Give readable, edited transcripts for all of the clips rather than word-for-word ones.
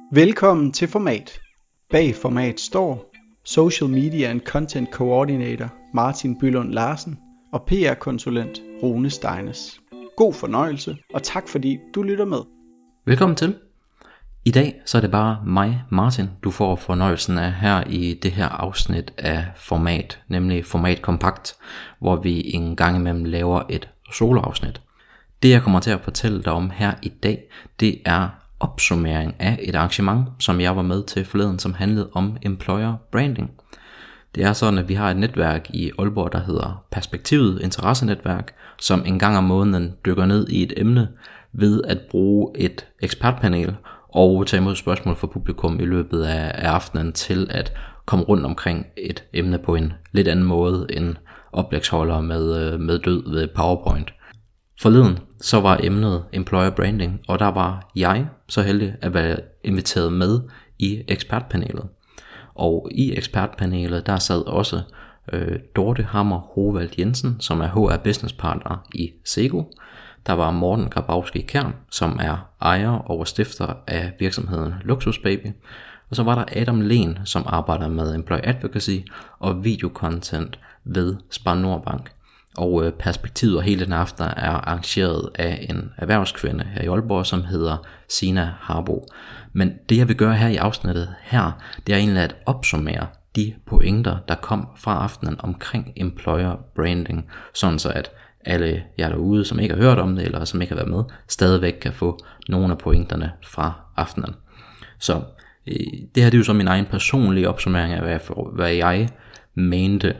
Velkommen til Format. Bag Format står Social Media and Content Coordinator Martin Bylund Larsen og PR-konsulent Rune Steines. God fornøjelse, og tak fordi du lytter med. Velkommen til. I dag så er det bare mig, Martin, du får fornøjelsen af her i det her afsnit af Format, nemlig Format Kompakt, hvor vi en gang imellem laver et soloafsnit. Det jeg kommer til at fortælle dig om her i dag, det er opsummering af et arrangement, som jeg var med til forleden, som handlede om employer branding. Det er sådan, at vi har et netværk i Aalborg, der hedder Perspektivet Interessenetværk, som en gang om måneden dykker ned i et emne ved at bruge et ekspertpanel og tage imod spørgsmål fra publikum i løbet af aftenen til at komme rundt omkring et emne på en lidt anden måde end oplægsholder med død ved PowerPoint. Forleden så var emnet employer branding, og der var jeg så heldig at være inviteret med i ekspertpanelet. Og i ekspertpanelet der sad også Dorte Hammer Hovald Jensen, som er HR Business Partner i Sego. Der var Morten Grabowski Kern, som er ejer og stifter af virksomheden Luxusbaby. Og så var der Adam Lehn, som arbejder med employee advocacy og videocontent ved Spar Nordbank. Og perspektivet og hele den aften er arrangeret af en erhvervskvinde her i Aalborg, som hedder Sina Harbo. Men det jeg vil gøre her i afsnittet her, det er egentlig at opsummere de pointer, der kom fra aftenen omkring employer branding, sådan så at alle jer derude, som ikke har hørt om det, eller som ikke har været med, stadigvæk kan få nogle af pointerne fra aftenen. Så det her det er jo så min egen personlige opsummering af, hvad jeg mente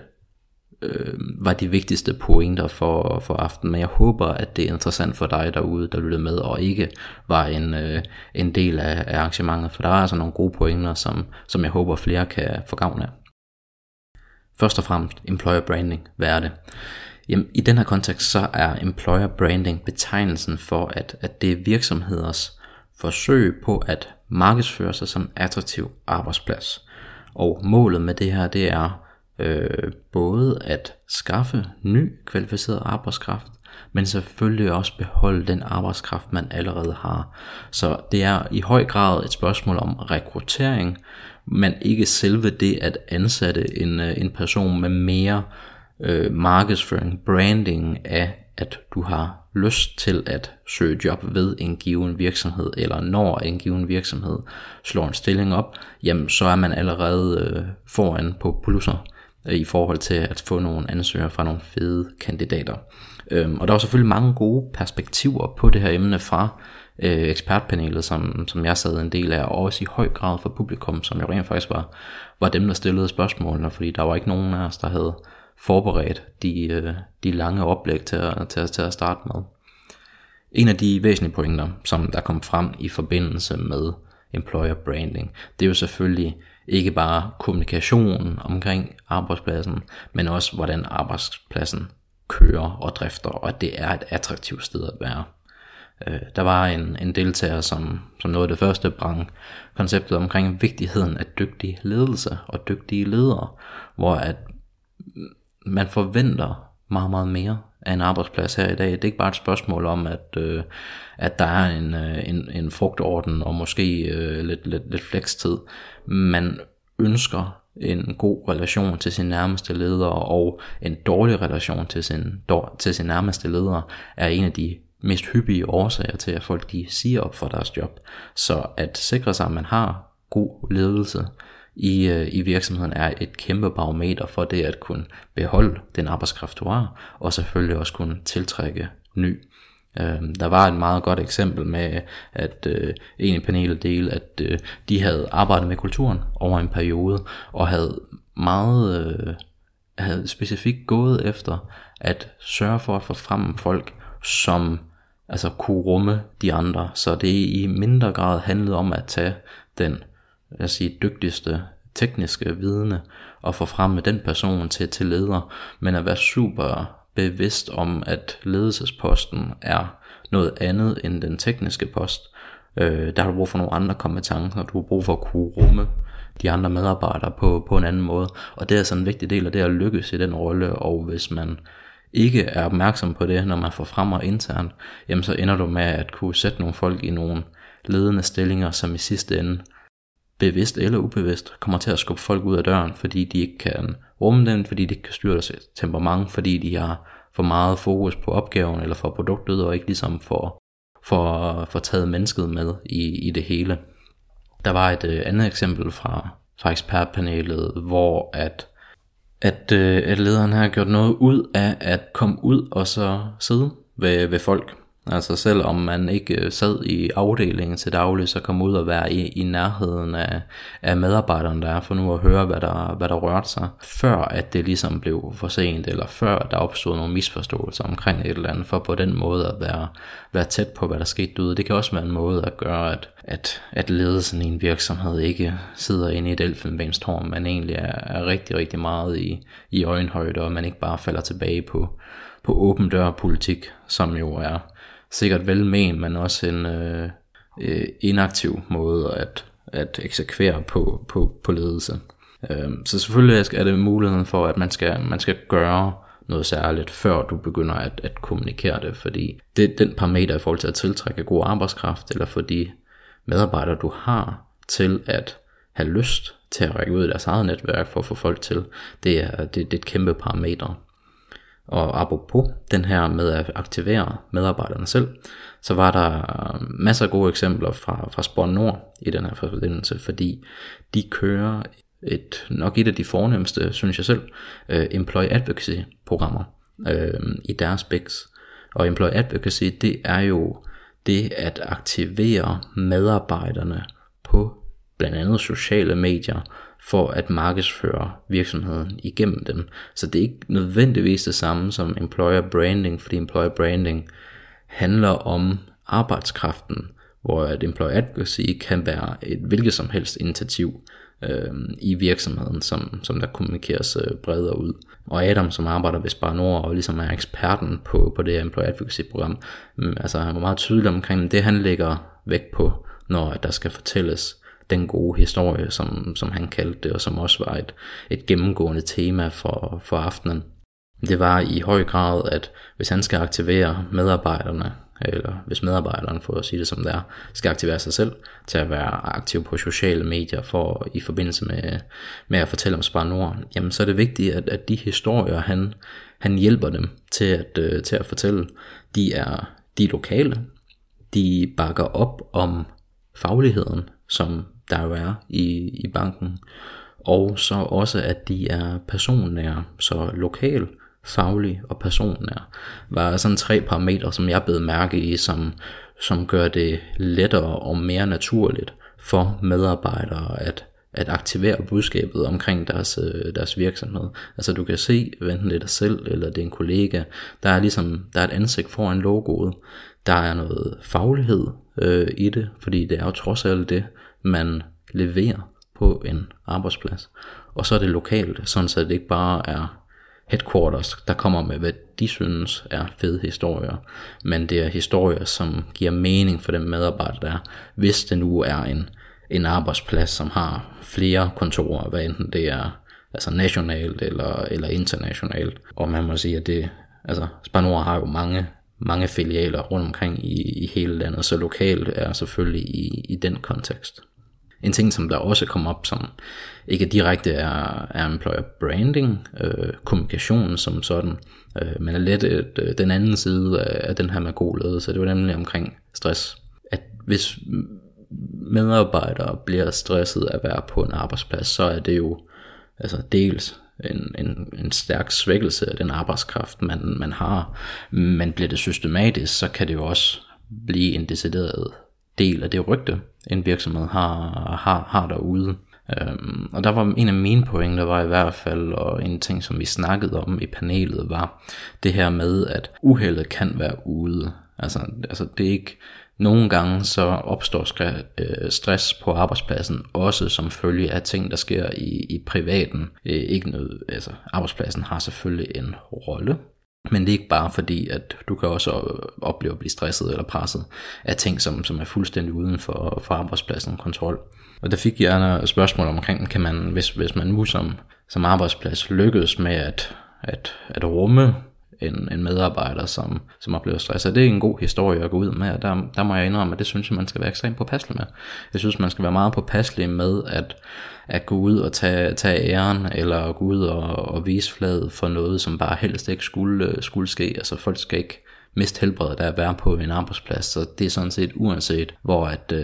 var de vigtigste pointer for aftenen, men jeg håber, at det er interessant for dig derude, der lyttede med, og ikke var en del af arrangementet, for der er altså nogle gode pointer, som jeg håber flere kan få gavn af. Først og fremmest, employer branding, hvad er det? Jamen, i den her kontekst, så er employer branding betegnelsen for, at det er virksomheders forsøg på at markedsføre sig som attraktiv arbejdsplads. Og målet med det her, det er både at skaffe ny kvalificeret arbejdskraft, men selvfølgelig også beholde den arbejdskraft man allerede har. Så det er i høj grad et spørgsmål om rekruttering, men ikke selve det at ansætte en person med mere markedsføring, branding af at du har lyst til at søge job ved en given virksomhed, eller når en given virksomhed slår en stilling op, jamen så er man allerede foran på plusser i forhold til at få nogle ansøgere fra nogle fede kandidater. Og der var selvfølgelig mange gode perspektiver på det her emne fra ekspertpanelet, som jeg sad en del af, og også i høj grad for publikum, som jo rent faktisk var dem, der stillede spørgsmålene, fordi der var ikke nogen af os, der havde forberedt de lange oplæg til at starte med. En af de væsentlige pointer, som der kom frem i forbindelse med employer branding, det er jo selvfølgelig ikke bare kommunikationen omkring arbejdspladsen, men også hvordan arbejdspladsen kører og drifter, og at det er et attraktivt sted at være. Der var en deltager, som noget af det første brang konceptet omkring vigtigheden af dygtig ledelse og dygtige ledere, hvor at man forventer meget, meget mere af en arbejdsplads her i dag. Det er ikke bare et spørgsmål om, at der er en frugtorden og måske lidt flekstid. Man ønsker en god relation til sin nærmeste leder, og en dårlig relation til sin nærmeste leder er en af de mest hyppige årsager til, at folk de siger op for deres job. Så at sikre sig, at man har god ledelse i virksomheden, er et kæmpe barometer for det at kunne beholde den arbejdskraft, du har, og selvfølgelig også kunne tiltrække ny. Der var et meget godt eksempel med, at en i panelet delte, at de havde arbejdet med kulturen over en periode, og havde specifikt gået efter at sørge for at få frem folk, som altså kunne rumme de andre, så det i mindre grad handlede om at tage den dygtigste tekniske vidne og få frem med den person til leder, men at være super bevidst om, at ledelsesposten er noget andet end den tekniske post. Der har du brug for nogle andre kompetencer, du har brug for at kunne rumme de andre medarbejdere på en anden måde, og det er sådan en vigtig del af det at lykkes i den rolle, og hvis man ikke er opmærksom på det, når man får frem og internt, jamen så ender du med at kunne sætte nogle folk i nogle ledende stillinger, som i sidste ende bevidst eller ubevidst kommer til at skubbe folk ud af døren, fordi de ikke kan rumme den, fordi de ikke kan styre deres temperament, fordi de har for meget fokus på opgaven eller for produktet, og ikke ligesom får taget mennesket med i det hele. Der var et andet eksempel fra ekspertpanelet, hvor at lederen har gjort noget ud af at komme ud og så sidde ved folk. Altså selvom man ikke sad i afdelingen til daglig, så kom ud og være i nærheden af medarbejderne der, for nu at høre, hvad der rørte sig, før at det ligesom blev for sent, eller før der opstod nogle misforståelser omkring et eller andet, for på den måde at være tæt på, hvad der skete derude. Det kan også være en måde at gøre, at ledelsen i en virksomhed ikke sidder inde i et elfenbenstårn, men egentlig er rigtig, rigtig meget i øjenhøjde, og man ikke bare falder tilbage på åben dør politik, som jo er sikkert velment, men også en inaktiv måde at eksekvere på ledelse. Så selvfølgelig er det muligheden for, at man skal gøre noget særligt, før du begynder at kommunikere det, fordi det er den parameter i forhold til at tiltrække god arbejdskraft, eller for de medarbejdere, du har til at have lyst til at række ud i deres eget netværk for at få folk til, det er et kæmpe parameter. Og apropos den her med at aktivere medarbejderne selv, så var der masser af gode eksempler fra Spor Nord i den her forbindelse, fordi de kører nok et af de fornemmeste, synes jeg selv, employee advocacy programmer i deres BICS. Og employee advocacy, det er jo det at aktivere medarbejderne på blandt andet sociale medier, for at markedsføre virksomheden igennem dem. Så det er ikke nødvendigvis det samme som employer branding, fordi employer branding handler om arbejdskraften, hvor et employer advocacy kan være et hvilket som helst initiativ i virksomheden, som der kommunikeres bredere ud. Og Adam, som arbejder ved Spar Nord og ligesom er eksperten på det employer advocacy program, altså han var meget tydelig omkring det, han lægger vægt på, når der skal fortælles den gode historie, som han kaldte det, og som også var et gennemgående tema for aftenen. Det var i høj grad, at hvis han skal aktivere medarbejderne, eller hvis medarbejderen, for at sige det som det er, skal aktivere sig selv til at være aktiv på sociale medier i forbindelse med at fortælle om Spar Nord, jamen så er det vigtigt, at de historier, han hjælper dem til at fortælle, de er lokale, de bakker op om fagligheden, som der jo er i banken, og så også at de er personnære, så lokal, faglig og personnær var sådan 3 parametre, som jeg bed mærke i, som gør det lettere og mere naturligt for medarbejdere at aktivere budskabet omkring deres virksomhed. Altså du kan se, enten det er dig selv eller det er en kollega, der er et ansigt foran logoet, der er noget faglighed i det, fordi det er jo trods alt det, man leverer på en arbejdsplads. Og så er det lokalt, sådan så det ikke bare er headquarters, der kommer med, hvad de synes er fede historier, men det er historier, som giver mening for dem medarbejdere, der er, hvis det nu er en arbejdsplads, som har flere kontorer, hvad enten det er altså nationalt eller internationalt. Og man må sige, at Spar Nord har jo mange filialer rundt omkring i hele landet, så lokalt er selvfølgelig i den kontekst. En ting, som der også kommer op, som ikke direkte er employer branding, kommunikationen som sådan, men er lidt den anden side af den her med god ledelse. Det var nemlig omkring stress. At hvis medarbejdere bliver stresset af at være på en arbejdsplads, så er det jo dels en stærk svækkelse af den arbejdskraft, man har, men bliver det systematisk, så kan det jo også blive en decideret del af det rygte, en virksomhed har derude. Og der var en af mine pointer, var i hvert fald, og en ting, som vi snakkede om i panelet, var det her med, at uheldet kan være ude. Altså det er ikke, nogle gange så opstår stress på arbejdspladsen, også som følge af ting, der sker i privaten. Ikke noget, arbejdspladsen har selvfølgelig en rolle, men det er ikke bare fordi, at du kan også opleve at blive stresset eller presset af ting, som er fuldstændig uden for arbejdspladsen kontrol. Og der fik jeg et spørgsmål omkring, kan man, hvis man nu som arbejdsplads lykkes med at rumme en medarbejder, som oplever stress. Og det er en god historie at gå ud med, og der må jeg indrømme, at det synes jeg, man skal være ekstremt påpasselig med. Jeg synes, man skal være meget påpasselig med at gå ud og tage æren, eller gå ud og vise flaget for noget, som bare helst ikke skulle ske. Altså folk skal ikke miste helbredet af at være på en arbejdsplads, så det er sådan set uanset, hvor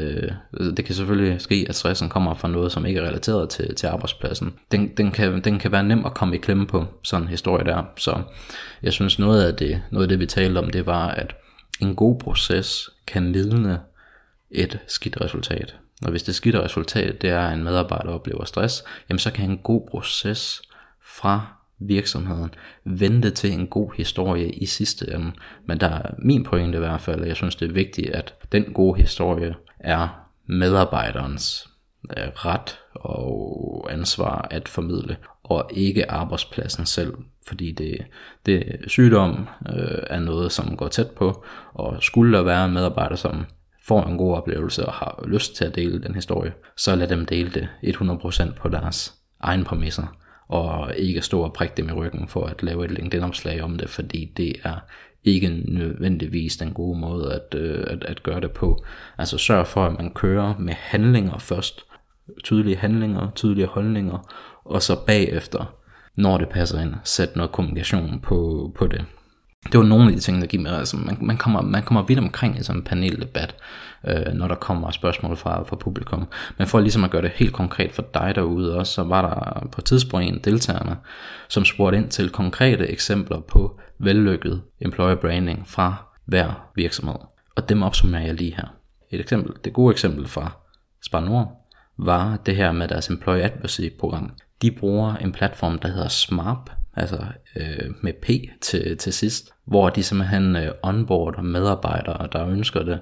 det kan selvfølgelig ske, at stressen kommer fra noget, som ikke er relateret til arbejdspladsen. Den kan være nem at komme i klemme på, sådan en historie der. Så jeg synes, noget af det vi talte om, det var, at en god proces kan mildne et skidt resultat. Og hvis det skidte resultat, det er, at en medarbejder oplever stress, jamen så kan en god proces fra virksomheden vente til en god historie i sidste ende. Men der er min pointe i hvert fald, at jeg synes, det er vigtigt, at den gode historie er medarbejderens ret og ansvar at formidle, og ikke arbejdspladsen selv, fordi det sygdom er noget, som går tæt på, og skulle der være en medarbejder, som får en god oplevelse og har lyst til at dele den historie, så lad dem dele det 100% på deres egen præmisser, og ikke stå og prikke dem i ryggen for at lave et LinkedIn-opslag om det, fordi det er ikke nødvendigvis den gode måde at gøre det på. Altså sørg for, at man kører med handlinger først, tydelige handlinger, tydelige holdninger, og så bagefter, når det passer ind, sæt noget kommunikation på det. Det var nogle af de ting, der giver mig, altså man kommer vidt omkring i sådan en paneldebat, når der kommer spørgsmål fra publikum. Men for ligesom at gøre det helt konkret for dig derude også, så var der på et tidspunkt en deltagerne, som spurgte ind til konkrete eksempler på vellykket employer branding fra hver virksomhed. Og dem opsummerer jeg lige her. Det gode eksempel fra Spar Nord var det her med deres employee advocacy program. De bruger en platform, der hedder SMARP, altså med P til sidst, hvor de simpelthen onboarder medarbejdere, der ønsker det,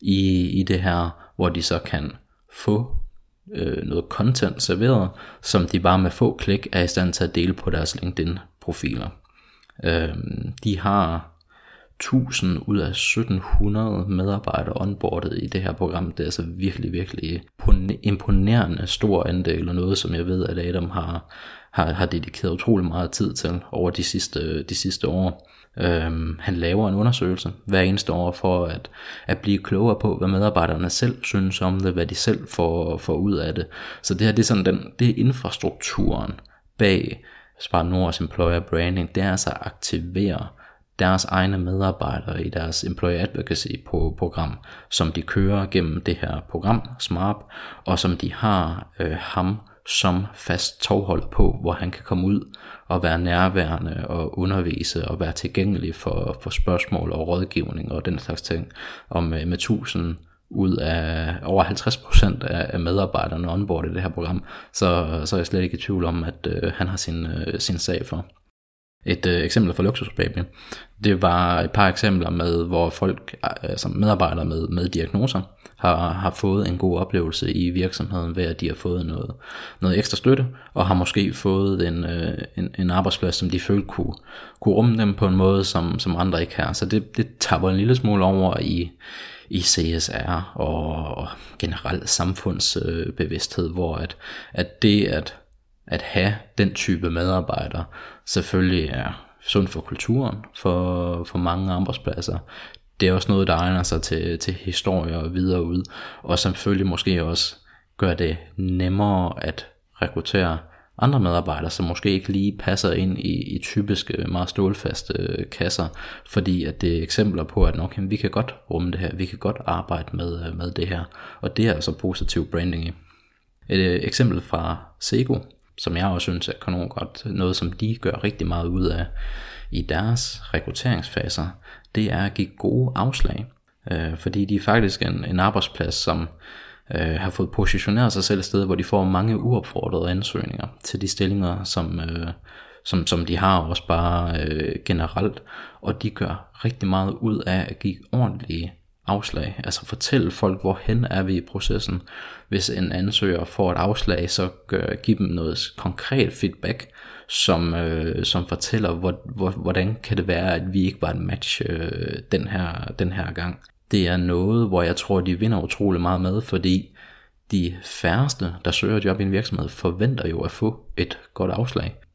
i det her, hvor de så kan få noget content serveret, som de bare med få klik er i stand til at dele på deres LinkedIn-profiler. De har 1000 ud af 1700 medarbejdere onboardet i det her program. Det er altså virkelig, virkelig imponerende stor andel, og noget, som jeg ved, at Adam har dedikeret utrolig meget tid til over de sidste år. Han laver en undersøgelse hver eneste år for at blive klogere på, hvad medarbejderne selv synes om det, hvad de selv får ud af det. Så det her, det er sådan det er infrastrukturen bag Spar Nords employer branding. Det er altså at aktivere deres egne medarbejdere i deres employee advocacy program, som de kører gennem det her program, SMARP, og som de har ham som fast tovholder på, hvor han kan komme ud og være nærværende og undervise og være tilgængelig for spørgsmål og rådgivning og den slags ting. Og med 1000 ud af over 50% af medarbejderne onboard i det her program, så er jeg slet ikke i tvivl om, at han har sin sag for. Et eksempel fra Luksusbaby, det var et par eksempler med, hvor folk som medarbejdere med diagnoser har fået en god oplevelse i virksomheden ved, at de har fået noget ekstra støtte, og har måske fået en arbejdsplads, som de følte kunne rumme dem på en måde, som andre ikke har. Så det tapper en lille smule over i CSR og generelt samfundsbevidsthed, hvor at det at have den type medarbejdere selvfølgelig er sundt for kulturen, for mange arbejdspladser. Det er også noget, der egner sig til historier og videre ud, og selvfølgelig måske også gør det nemmere at rekruttere andre medarbejdere, som måske ikke lige passer ind i typiske meget stålfaste kasser, fordi at det er eksempler på, at vi kan godt rumme det her, vi kan godt arbejde med det her, og det er altså positiv branding i. Et eksempel fra Sego, som jeg også synes er kanon godt, noget som de gør rigtig meget ud af i deres rekrutteringsfaser, det er at give gode afslag, fordi de er faktisk en arbejdsplads, som har fået positioneret sig selv et sted, hvor de får mange uopfordrede ansøgninger til de stillinger, som de har også bare generelt, og de gør rigtig meget ud af at give ordentlige afslag, altså fortælle folk, hvorhen er vi i processen. Hvis en ansøger får et afslag, så giv dem noget konkret feedback, som fortæller, hvordan kan det være, at vi ikke var et match den her gang. Det er noget, hvor jeg tror, de vinder utrolig meget med, fordi de færreste, der søger job i en virksomhed, forventer jo at få et godt afslag.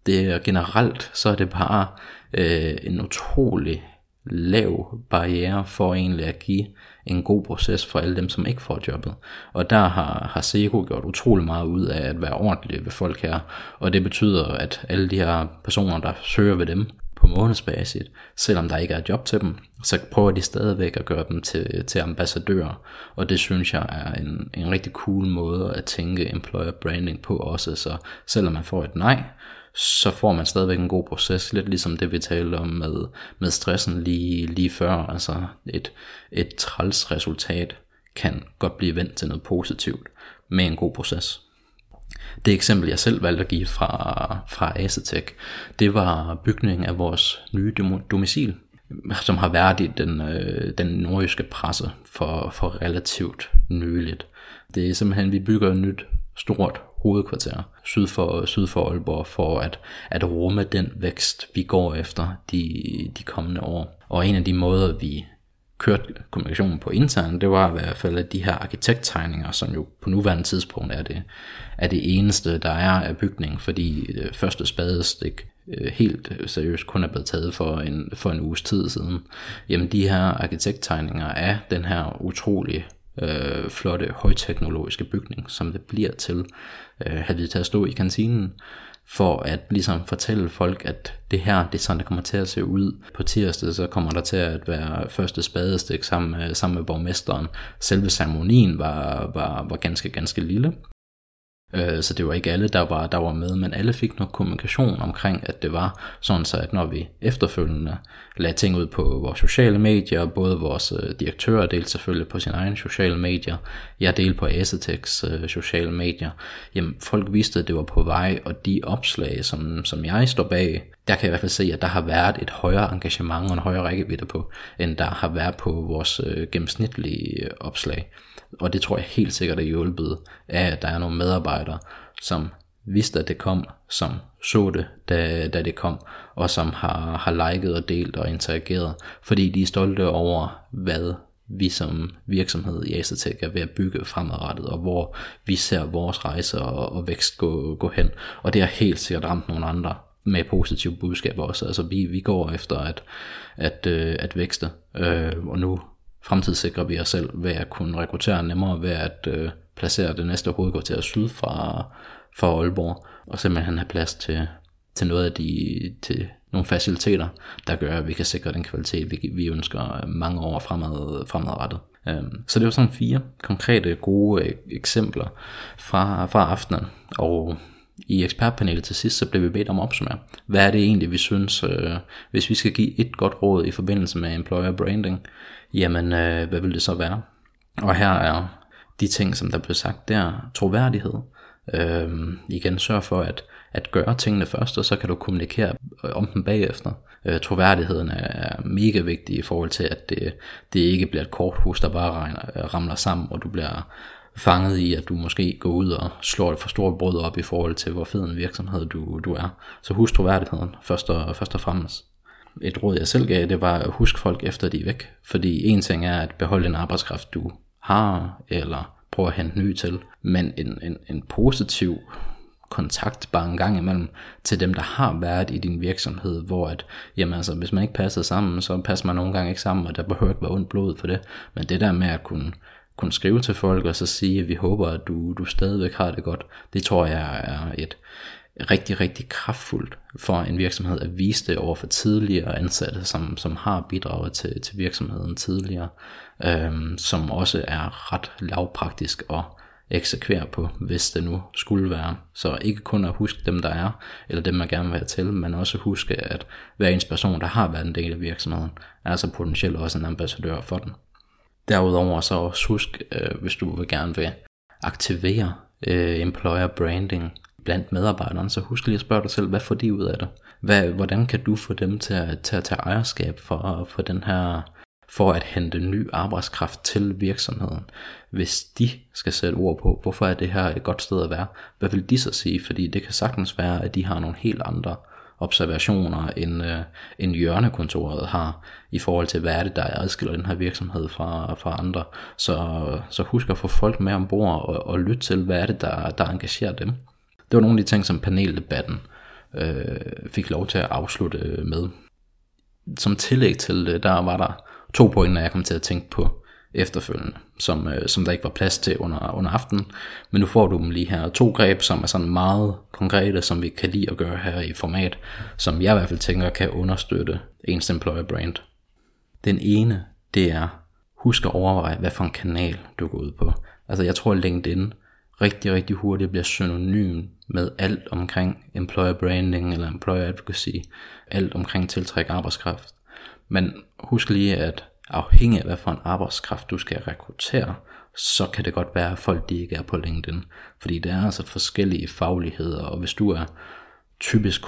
Det er generelt, så er det bare en utrolig lav barriere for egentlig at give en god proces for alle dem, som ikke får jobbet. Og der har Sero gjort utrolig meget ud af at være ordentlig ved folk her, og det betyder, at alle de her personer, der søger ved dem på månedsbasis, selvom der ikke er job til dem, så prøver de stadigvæk at gøre dem til ambassadører, og det synes jeg er en rigtig cool måde at tænke employer branding på også, så selvom man får et nej, så får man stadigvæk en god proces, lidt ligesom det vi talte om med stressen lige før, altså et træls resultat kan godt blive vendt til noget positivt med en god proces. Det eksempel jeg selv valgte at give fra Asetek, det var bygningen af vores nye domicil, som har været i den nordjyske presse for relativt nyligt. Det er simpelthen, vi bygger et nyt stort hovedkvarter syd for Aalborg for at rumme den vækst, vi går efter de kommende år. Og en af de måder, vi kørte kommunikationen på internt, det var i hvert fald at de her arkitekttegninger, som jo på nuværende tidspunkt er det eneste, der er af bygningen, fordi første spadestik helt seriøst kun er blevet taget for en uges tid siden. Jamen de her arkitekttegninger af den her utrolige flotte højteknologiske bygning, som det bliver til, havde vi til at stå i kantinen for at ligesom fortælle folk, at det her, det er sådan, det kommer til at se ud. På tirsdag, så kommer der til at være første spadestik sammen med borgmesteren. Selve ceremonien var ganske lille. Så det var ikke alle, der var med, men alle fik noget kommunikation omkring, at det var sådan, så at når vi efterfølgende lagde ting ud på vores sociale medier, både vores direktører delte selvfølgelig på sine egne sociale medier, jeg delte på Aseteks sociale medier, jamen folk vidste, at det var på vej, og de opslag, som jeg står bag, der kan jeg i hvert fald se, at der har været et højere engagement og en højere rækkevidde på, end der har været på vores gennemsnitlige opslag. Og det tror jeg helt sikkert er hjulpet af, at der er nogle medarbejdere, som vidste, at det kom, som så det, da det kom, og som har liket og delt og interageret, fordi de er stolte over, hvad vi som virksomhed i Asetek er ved at bygge fremadrettet, og hvor vi ser vores rejse og vækst gå hen. Og det har helt sikkert ramt nogle andre med positive budskaber også. Altså vi går efter at vækste, og nu fremtidssikrer vi os selv ved at kunne rekruttere nemmere ved at placere det næste hovedkvarter syd for Aalborg, og simpelthen have plads til noget af til nogle faciliteter, der gør, at vi kan sikre den kvalitet, vi ønsker mange år fremadrettet. Så det var sådan 4 konkrete gode eksempler fra aftenen, og i ekspertpanelet til sidst, så blev vi bedt om at opsummere. Hvad er det egentlig, vi synes, hvis vi skal give et godt råd i forbindelse med employer branding, jamen hvad vil det så være? Og her er de ting, som der blev sagt der: troværdighed. Igen, sørg for at gøre tingene først, og så kan du kommunikere om dem bagefter. Troværdigheden er mega vigtig i forhold til, at det ikke bliver et korthus, der bare ramler sammen, og du bliver fanget i, at du måske går ud og slår et for stort brød op i forhold til, hvor fed en virksomhed du er. Så husk troværdigheden først og fremmest. Et råd jeg selv gav, det var at huske folk efter de er væk. Fordi en ting er at beholde en arbejdskraft du har, eller prøve at hente ny til, men en positiv kontakt bare en gang imellem til dem, der har været i din virksomhed, hvor at, jamen altså, hvis man ikke passer sammen, så passer man nogle gange ikke sammen, og der behøver ikke være ondt blod for det. Men det der med at kunne skrive til folk og så sige, at vi håber, at du stadigvæk har det godt, det tror jeg er et rigtig, rigtig kraftfuldt for en virksomhed at vise det over for tidligere ansatte, som har bidraget til virksomheden tidligere, som også er ret lavpraktisk at eksekvere på, hvis det nu skulle være. Så ikke kun at huske dem, der er, eller dem, man gerne vil have til, men også huske, at hver ens person, der har været en del af virksomheden, er altså potentielt også en ambassadør for den. Derudover så også husk, hvis du vil gerne vil aktivere employer branding blandt medarbejderne, så husk lige at spørge dig selv, hvad får de ud af det? Hvordan kan du få dem til at tage ejerskab for den her, for at hente ny arbejdskraft til virksomheden? Hvis de skal sætte ord på, hvorfor er det her et godt sted at være, hvad vil de så sige? Fordi det kan sagtens være, at de har nogle helt andre observationer, end hjørnekontoret har, i forhold til, hvad er det, der adskiller den her virksomhed fra andre. Så husk at få folk med ombord og lytte til, hvad er det, der engagerer dem. Det var nogle af de ting, som paneldebatten fik lov til at afslutte med. Som tillæg til det, der var der 2 pointer, jeg kom til at tænke på efterfølgende, som der ikke var plads til under aftenen. Men nu får du dem lige her. 2 greb, som er sådan meget konkrete, som vi kan lide at gøre her i format, som jeg i hvert fald tænker kan understøtte ens employer brand. Den ene, det er, husk at overveje, hvad for en kanal du går ud på. Altså jeg tror, at LinkedIn rigtig, rigtig hurtigt bliver synonym med alt omkring employer branding eller employer advocacy, alt omkring tiltræk arbejdskraft. Men husk lige, at afhængig af hvad for en arbejdskraft du skal rekruttere, så kan det godt være, at folk de ikke er på LinkedIn. Fordi der er altså forskellige fagligheder, og hvis du er typisk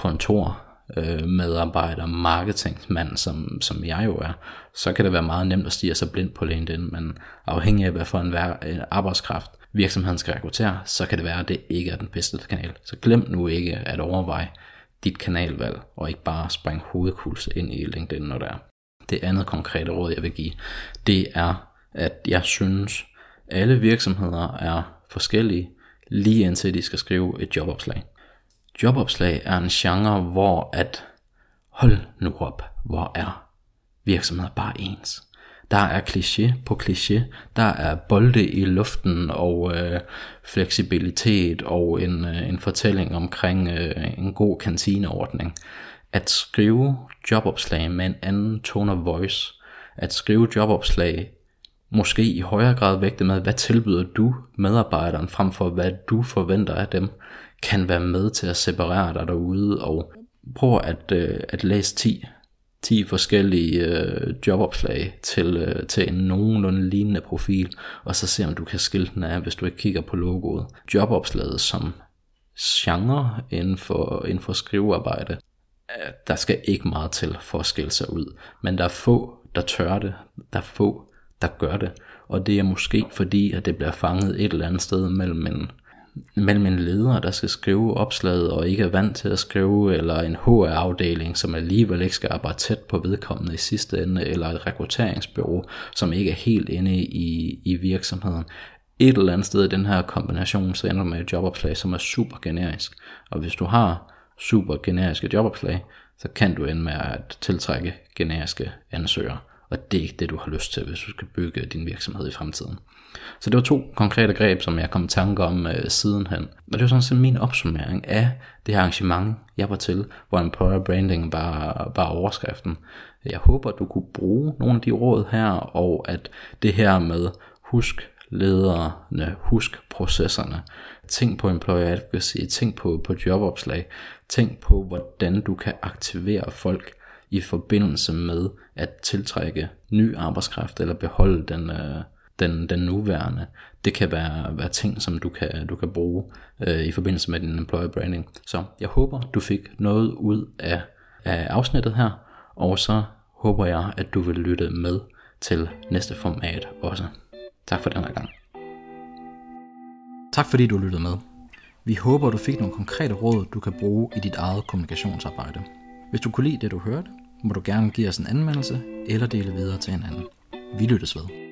kontormedarbejder, marketingsmand, som jeg jo er, så kan det være meget nemt at stige sig blind på LinkedIn, men afhængig af hvad for en arbejdskraft virksomheden skal rekruttere, så kan det være, at det ikke er den bedste kanal. Så glem nu ikke at overveje dit kanalvalg, og ikke bare springe hovedkuls ind i LinkedIn, når der er. Det andet konkrete råd, jeg vil give, det er, at jeg synes, alle virksomheder er forskellige, lige indtil de skal skrive et jobopslag. Jobopslag er en genre, hvor at, hold nu op, hvor er virksomheder bare ens. Der er kliché på kliché, der er bolde i luften og fleksibilitet og en fortælling omkring en god kantineordning. At skrive jobopslag med en anden tone of voice, at skrive jobopslag måske i højere grad vægtet med, hvad tilbyder du medarbejderen frem for hvad du forventer af dem, kan være med til at separere dig derude. Og prøv at læse 10 forskellige jobopslag til en nogenlunde lignende profil, og så se om du kan skille den af, hvis du ikke kigger på logoet. Jobopslaget som genre inden for skrivearbejde, der skal ikke meget til for at skille sig ud, men der er få, der tør det, der er få, der gør det, og det er måske fordi, at det bliver fanget et eller andet sted mellem en leder, der skal skrive opslaget og ikke er vant til at skrive, eller en HR-afdeling, som alligevel ikke skal arbejde tæt på vedkommende i sidste ende, eller et rekrutteringsbureau, som ikke er helt inde i virksomheden. Et eller andet sted i den her kombination, så ender du med et jobopslag, som er super generisk, og hvis du har super generiske jobopslag, så kan du ende med at tiltrække generiske ansøgere, og det er ikke det, du har lyst til, hvis du skal bygge din virksomhed i fremtiden. Så det var 2 konkrete greb, som jeg kom i tanke om sidenhen. Og det var sådan set min opsummering af det her arrangement, jeg var til, hvor employer branding var overskriften. Jeg håber, at du kunne bruge nogle af de råd her, og at det her med husk lederne, husk processerne, tænk på employer advocacy, tænk på jobopslag, tænk på, hvordan du kan aktivere folk i forbindelse med at tiltrække ny arbejdskraft eller beholde den nuværende. Det kan være ting, som du kan bruge i forbindelse med din employer branding. Så jeg håber, du fik noget ud af afsnittet her, og så håber jeg, at du vil lytte med til næste format også. Tak for den her gang. Tak fordi du lyttede med. Vi håber, du fik nogle konkrete råd, du kan bruge i dit eget kommunikationsarbejde. Hvis du kunne lide det, du hørte, må du gerne give os en anmeldelse eller dele videre til en anden. Vi lyttes ved.